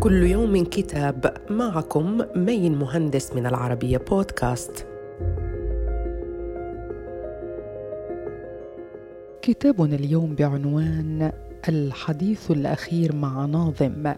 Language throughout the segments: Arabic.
كل يوم كتاب. معكم مين مهندس من العربية بودكاست. كتابنا اليوم بعنوان الحديث الأخير مع ناظم،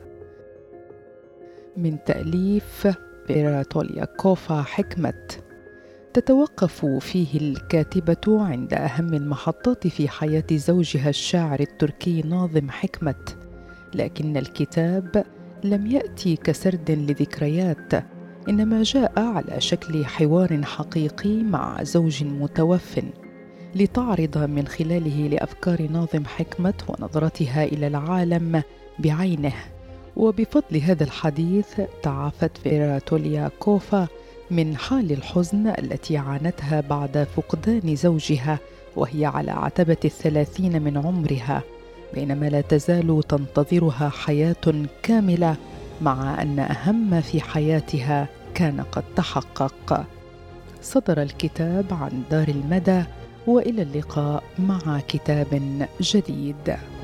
من تأليف بيراتوليا كوفا حكمة. تتوقف فيه الكاتبة عند أهم المحطات في حياة زوجها الشاعر التركي ناظم حكمة، لكن الكتاب لم يأتي كسرد لذكريات، إنما جاء على شكل حوار حقيقي مع زوج متوفٍ، لتعرض من خلاله لأفكار ناظم حكمة ونظرتها إلى العالم بعينه. وبفضل هذا الحديث تعافت بيراتوليا كوفا من حال الحزن التي عانتها بعد فقدان زوجها وهي على عتبة 30 من عمرها، بينما لا تزال تنتظرها حياة كاملة مع أن أهم ما في حياتها كان قد تحقق. صدر الكتاب عن دار المدى، وإلى اللقاء مع كتاب جديد.